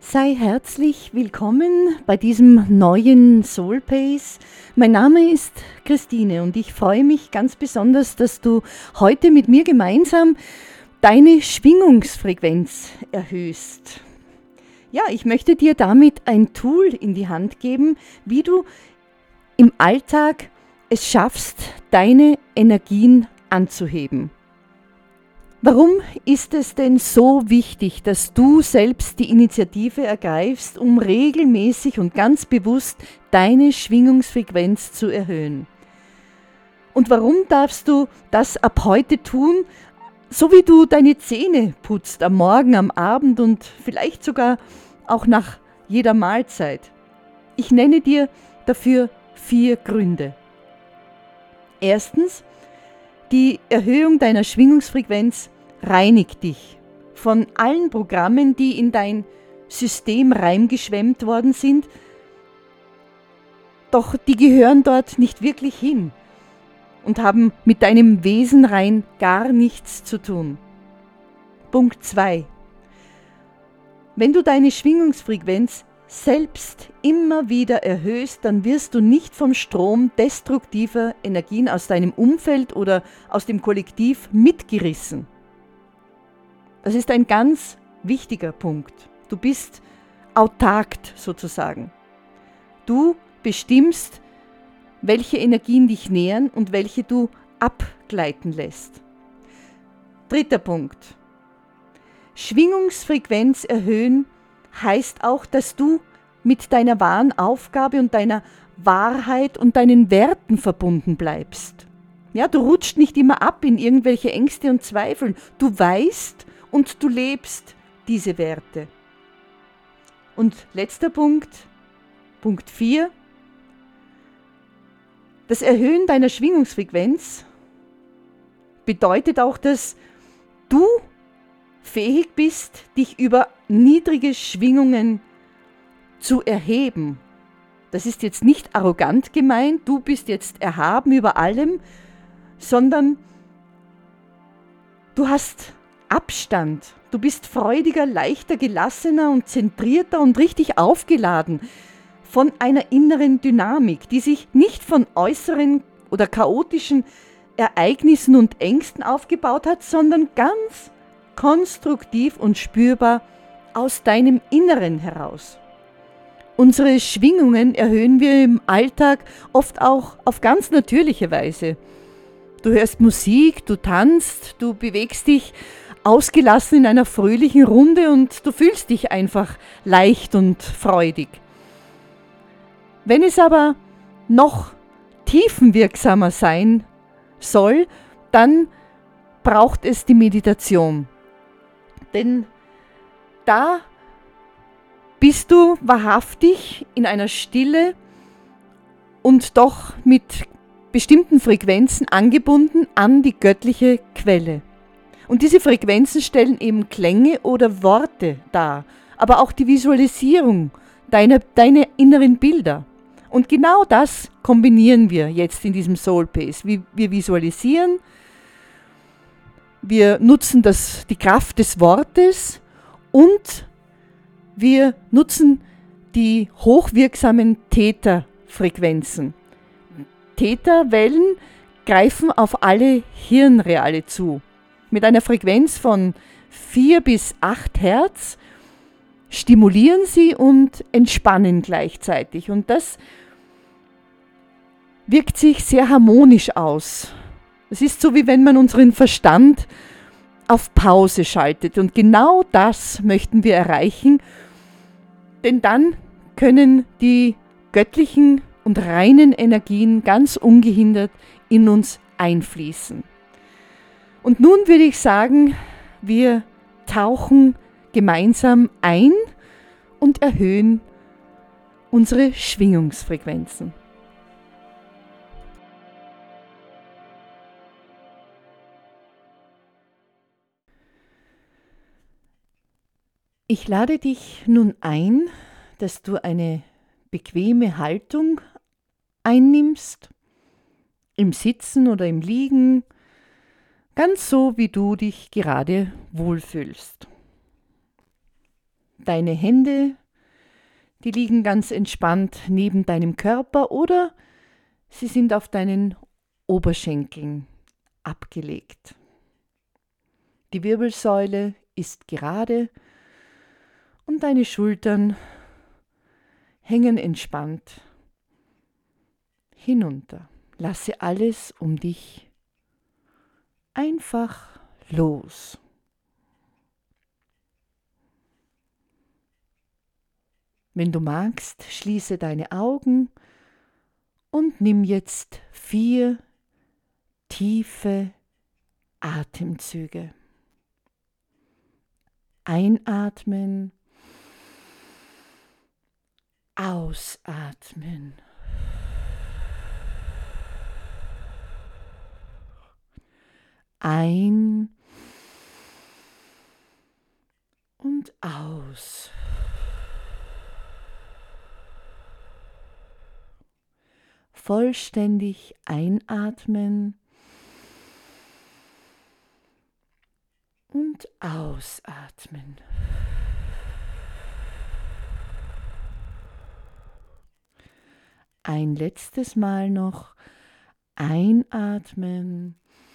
Sei herzlich willkommen bei diesem neuen Soul Pace. Mein Name ist Christine und ich freue mich ganz besonders, dass du heute mit mir gemeinsam deine Schwingungsfrequenz erhöhst. Ja, ich möchte dir damit ein Tool in die Hand geben, wie du im Alltag es schaffst, deine Energien anzuheben. Warum ist es denn so wichtig, dass du selbst die Initiative ergreifst, um regelmäßig und ganz bewusst deine Schwingungsfrequenz zu erhöhen? Und warum darfst du das ab heute tun, so wie du deine Zähne putzt, am Morgen, am Abend und vielleicht sogar auch nach jeder Mahlzeit? Ich nenne dir dafür 4 Gründe. Erstens, die Erhöhung deiner Schwingungsfrequenz reinigt dich von allen Programmen, die in dein System reingeschwemmt worden sind, doch die gehören dort nicht wirklich hin und haben mit deinem Wesen rein gar nichts zu tun. Punkt 2. Wenn du deine Schwingungsfrequenz selbst immer wieder erhöhst, dann wirst du nicht vom Strom destruktiver Energien aus deinem Umfeld oder aus dem Kollektiv mitgerissen. Das ist ein ganz wichtiger Punkt. Du bist autark sozusagen. Du bestimmst, welche Energien dich nähern und welche du abgleiten lässt. 3. Punkt. Schwingungsfrequenz erhöhen heißt auch, dass du mit deiner wahren Aufgabe und deiner Wahrheit und deinen Werten verbunden bleibst. Ja, du rutscht nicht immer ab in irgendwelche Ängste und Zweifel. Du weißt und du lebst diese Werte. Und letzter Punkt, Punkt 4. Das Erhöhen deiner Schwingungsfrequenz bedeutet auch, dass du fähig bist, dich über niedrige Schwingungen zu erheben. Das ist jetzt nicht arrogant gemeint, du bist jetzt erhaben über allem, sondern du hast Abstand. Du bist freudiger, leichter, gelassener und zentrierter und richtig aufgeladen von einer inneren Dynamik, die sich nicht von äußeren oder chaotischen Ereignissen und Ängsten aufgebaut hat, sondern ganz konstruktiv und spürbar aus deinem Inneren heraus. Unsere Schwingungen erhöhen wir im Alltag oft auch auf ganz natürliche Weise. Du hörst Musik, du tanzt, du bewegst dich ausgelassen in einer fröhlichen Runde und du fühlst dich einfach leicht und freudig. Wenn es aber noch tiefenwirksamer sein soll, dann braucht es die Meditation. Denn da bist du wahrhaftig in einer Stille und doch mit bestimmten Frequenzen angebunden an die göttliche Quelle. Und diese Frequenzen stellen eben Klänge oder Worte dar, aber auch die Visualisierung deiner inneren Bilder. Und genau das kombinieren wir jetzt in diesem Soul Pace. Wir visualisieren, wir nutzen die Kraft des Wortes und wir nutzen die hochwirksamen Theta-Frequenzen. Theta-Wellen greifen auf alle Hirnareale zu. Mit einer Frequenz von 4 bis 8 Hertz stimulieren sie und entspannen gleichzeitig. Und das wirkt sich sehr harmonisch aus. Es ist so, wie wenn man unseren Verstand auf Pause schaltet. Und genau das möchten wir erreichen, denn dann können die göttlichen und reinen Energien ganz ungehindert in uns einfließen. Und nun würde ich sagen, wir tauchen gemeinsam ein und erhöhen unsere Schwingungsfrequenzen. Ich lade dich nun ein, dass du eine bequeme Haltung einnimmst, im Sitzen oder im Liegen, ganz so, wie du dich gerade wohlfühlst. Deine Hände, die liegen ganz entspannt neben deinem Körper oder sie sind auf deinen Oberschenkeln abgelegt. Die Wirbelsäule ist gerade und deine Schultern hängen entspannt hinunter. Lasse alles um dich einfach los. Wenn du magst, schließe deine Augen und nimm jetzt 4 tiefe Atemzüge. Einatmen, ausatmen. Ein und aus. Vollständig einatmen und ausatmen. Ein letztes Mal noch einatmen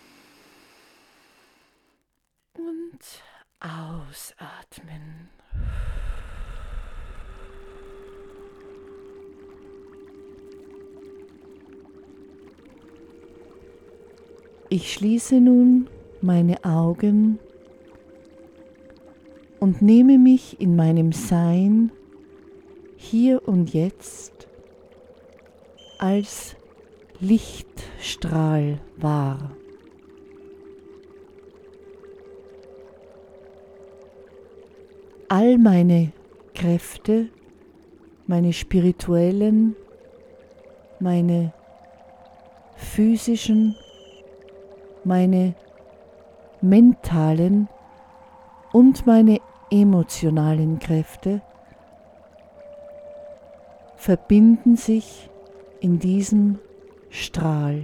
und ausatmen. Ich schließe nun meine Augen und nehme mich in meinem Sein hier und jetzt als Lichtstrahl wahr. All meine Kräfte, meine spirituellen, meine physischen, meine mentalen und meine emotionalen Kräfte verbinden sich in diesem Strahl.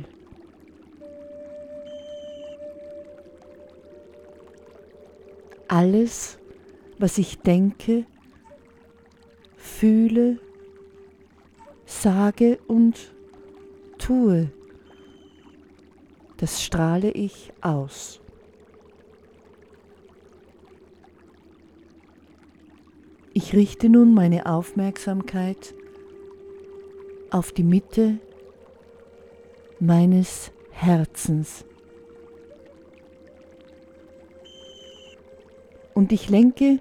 Alles, was ich denke, fühle, sage und tue, das strahle ich aus. Ich richte nun meine Aufmerksamkeit auf die Mitte meines Herzens. Und ich lenke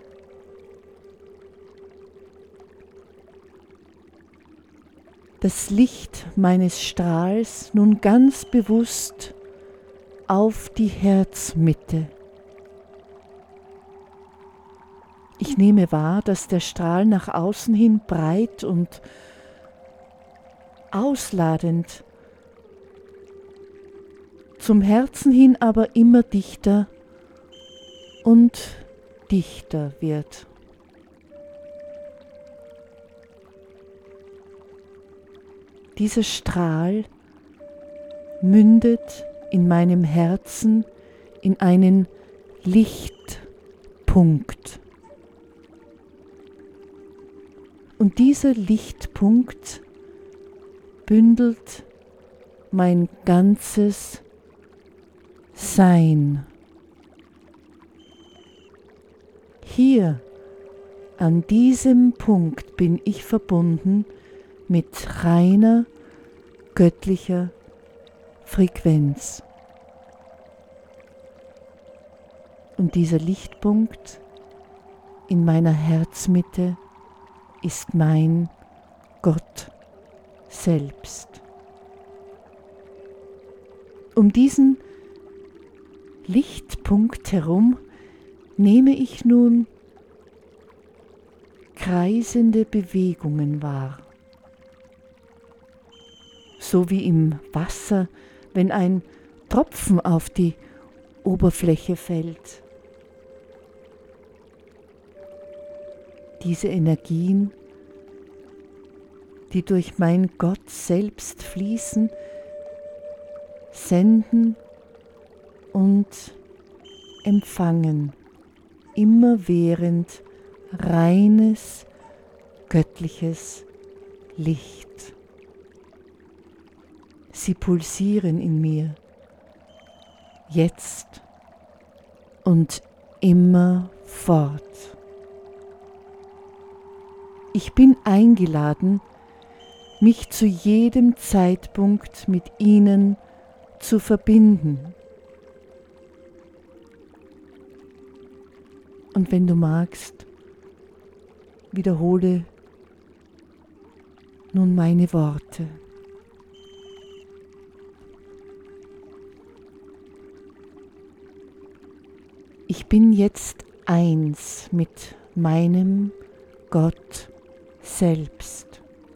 das Licht meines Strahls nun ganz bewusst auf die Herzmitte. Ich nehme wahr, dass der Strahl nach außen hin breit und ausladend, zum Herzen hin aber immer dichter und dichter wird. Dieser Strahl mündet in meinem Herzen in einen Lichtpunkt. Und dieser Lichtpunkt bündelt mein ganzes Sein. Hier, an diesem Punkt bin ich verbunden mit reiner göttlicher Frequenz. Und dieser Lichtpunkt in meiner Herzmitte ist mein Gott selbst. Um diesen Lichtpunkt herum nehme ich nun kreisende Bewegungen wahr. So wie im Wasser, wenn ein Tropfen auf die Oberfläche fällt. Diese Energien, die durch mein Gott selbst fließen, senden und empfangen immerwährend reines, göttliches Licht. Sie pulsieren in mir, jetzt und immer fort. Ich bin eingeladen, mich zu jedem Zeitpunkt mit ihnen zu verbinden. Und wenn du magst, wiederhole nun meine Worte. Ich bin jetzt eins mit meinem Gott selbst.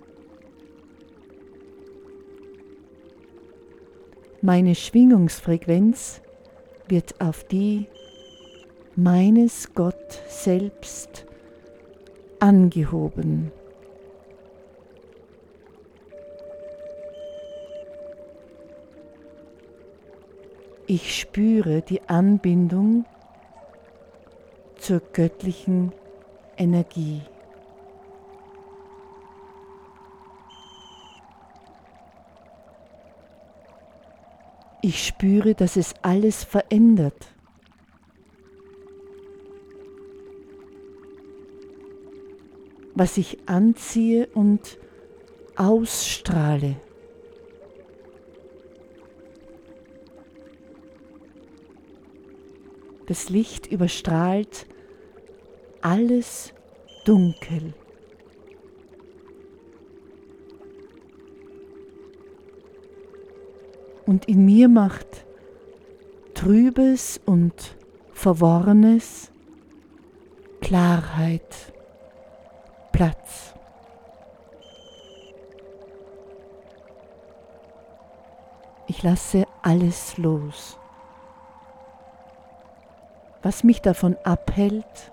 Meine Schwingungsfrequenz wird auf die meines Gott selbst angehoben. Ich spüre die Anbindung zur göttlichen Energie. Ich spüre, dass es alles verändert. Was ich anziehe und ausstrahle. Das Licht überstrahlt alles Dunkel. Und in mir macht Trübes und Verworrenes Klarheit Platz. Ich lasse alles los, was mich davon abhält,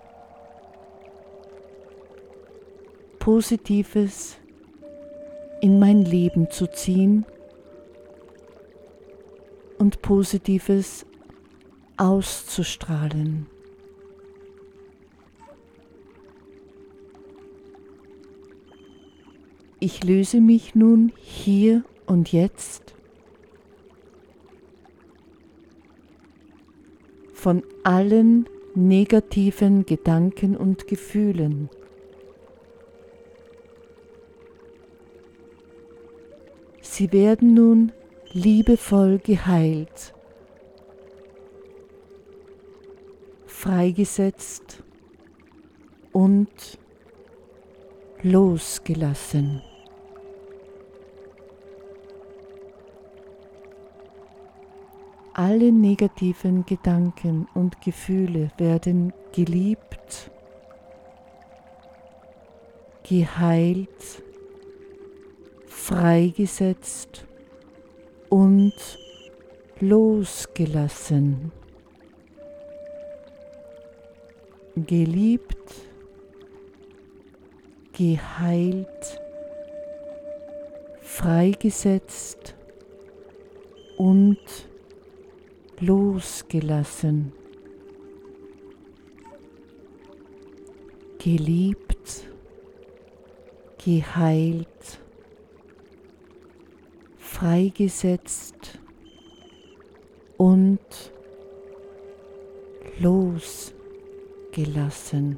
Positives in mein Leben zu ziehen und Positives auszustrahlen. Ich löse mich nun hier und jetzt von allen negativen Gedanken und Gefühlen. Sie werden nun liebevoll geheilt, freigesetzt und losgelassen. Alle negativen Gedanken und Gefühle werden geliebt, geheilt, freigesetzt und losgelassen. Geliebt, geheilt, freigesetzt und losgelassen. Geliebt, geheilt, freigesetzt und losgelassen.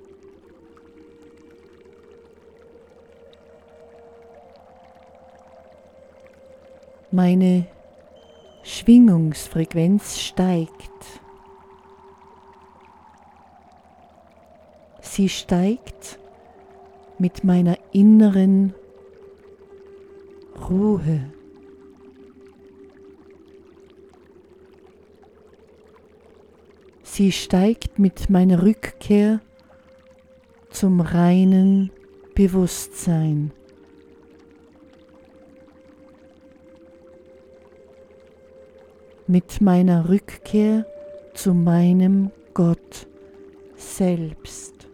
Meine Schwingungsfrequenz steigt. Sie steigt mit meiner inneren Ruhe. Sie steigt mit meiner Rückkehr zum reinen Bewusstsein. Mit meiner Rückkehr zu meinem Gott selbst.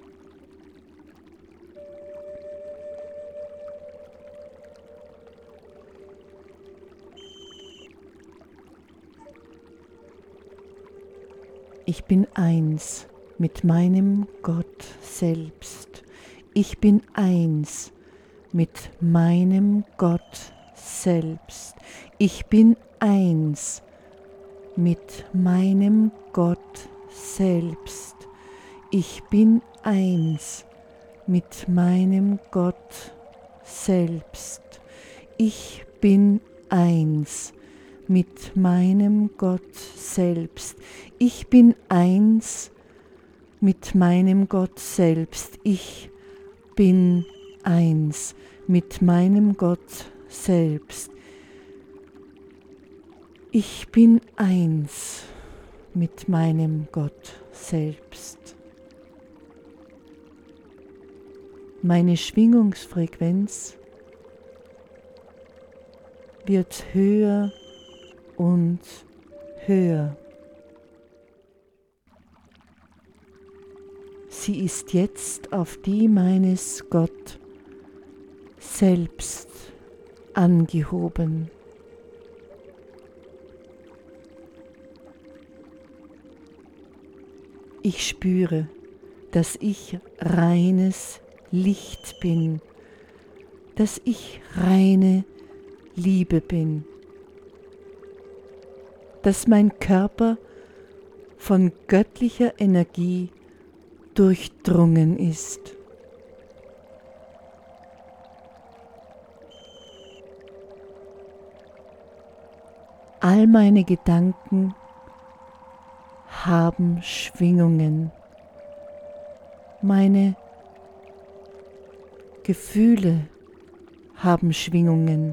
Ich bin eins mit meinem Gott selbst. Ich bin eins mit meinem Gott selbst. Ich bin eins mit meinem Gott selbst. Ich bin eins mit meinem Gott selbst. Ich bin eins mit meinem Gott selbst. Ich bin eins mit meinem Gott selbst. Ich bin eins mit meinem Gott selbst. Ich bin eins mit meinem Gott selbst. Meine Schwingungsfrequenz wird höher und höher. Sie ist jetzt auf die meines Gott selbst angehoben. Ich spüre, dass ich reines Licht bin, dass ich reine Liebe bin, dass mein Körper von göttlicher Energie durchdrungen ist. All meine Gedanken haben Schwingungen. Meine Gefühle haben Schwingungen.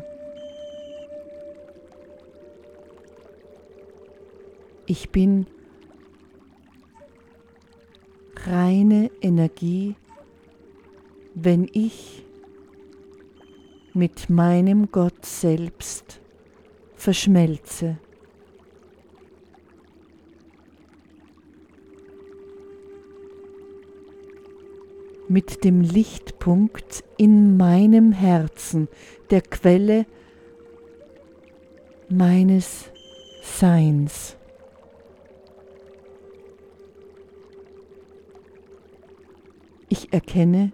Ich bin reine Energie, wenn ich mit meinem Gott selbst verschmelze. Mit dem Lichtpunkt in meinem Herzen, der Quelle meines Seins. Ich erkenne,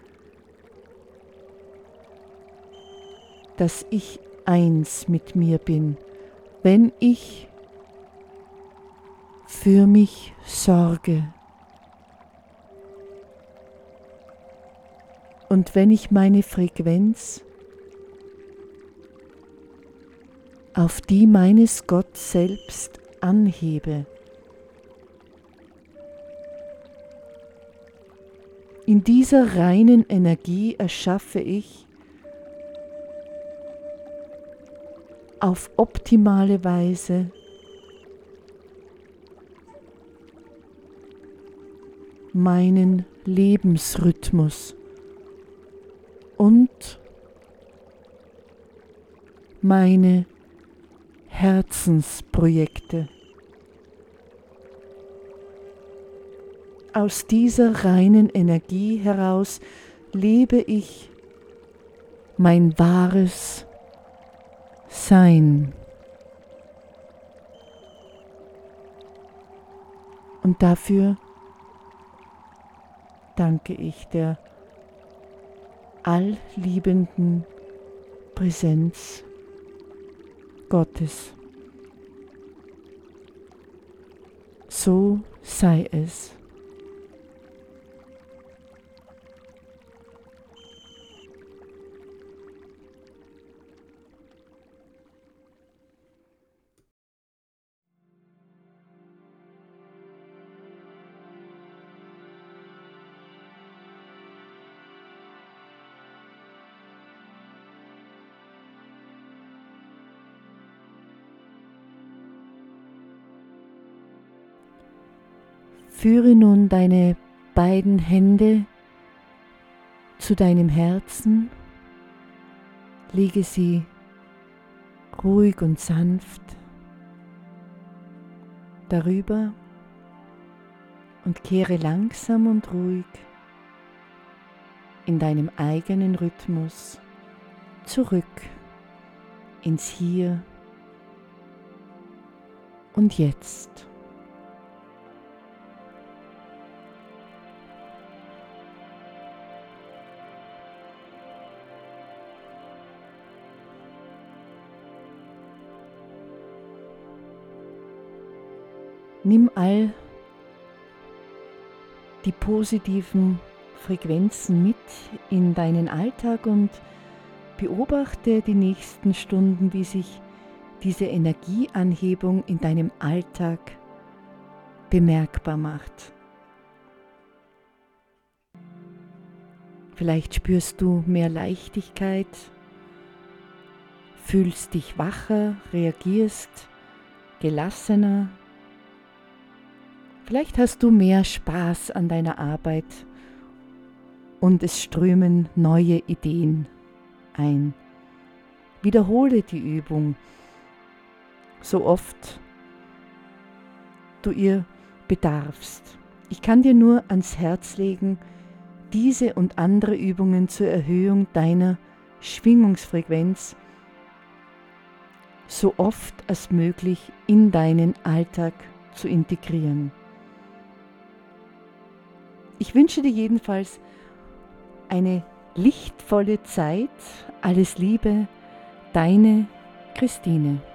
dass ich eins mit mir bin, wenn ich für mich sorge. Und wenn ich meine Frequenz auf die meines Gott selbst anhebe, in dieser reinen Energie erschaffe ich auf optimale Weise meinen Lebensrhythmus und meine Herzensprojekte. Aus dieser reinen Energie heraus lebe ich mein wahres Sein. Und dafür danke ich der allliebenden Präsenz Gottes. So sei es. Führe nun deine beiden Hände zu deinem Herzen, lege sie ruhig und sanft darüber und kehre langsam und ruhig in deinem eigenen Rhythmus zurück ins Hier und Jetzt. Nimm all die positiven Frequenzen mit in deinen Alltag und beobachte die nächsten Stunden, wie sich diese Energieanhebung in deinem Alltag bemerkbar macht. Vielleicht spürst du mehr Leichtigkeit, fühlst dich wacher, reagierst gelassener. Vielleicht hast du mehr Spaß an deiner Arbeit und es strömen neue Ideen ein. Wiederhole die Übung, so oft du ihr bedarfst. Ich kann dir nur ans Herz legen, diese und andere Übungen zur Erhöhung deiner Schwingungsfrequenz so oft als möglich in deinen Alltag zu integrieren. Ich wünsche dir jedenfalls eine lichtvolle Zeit. Alles Liebe, deine Christine.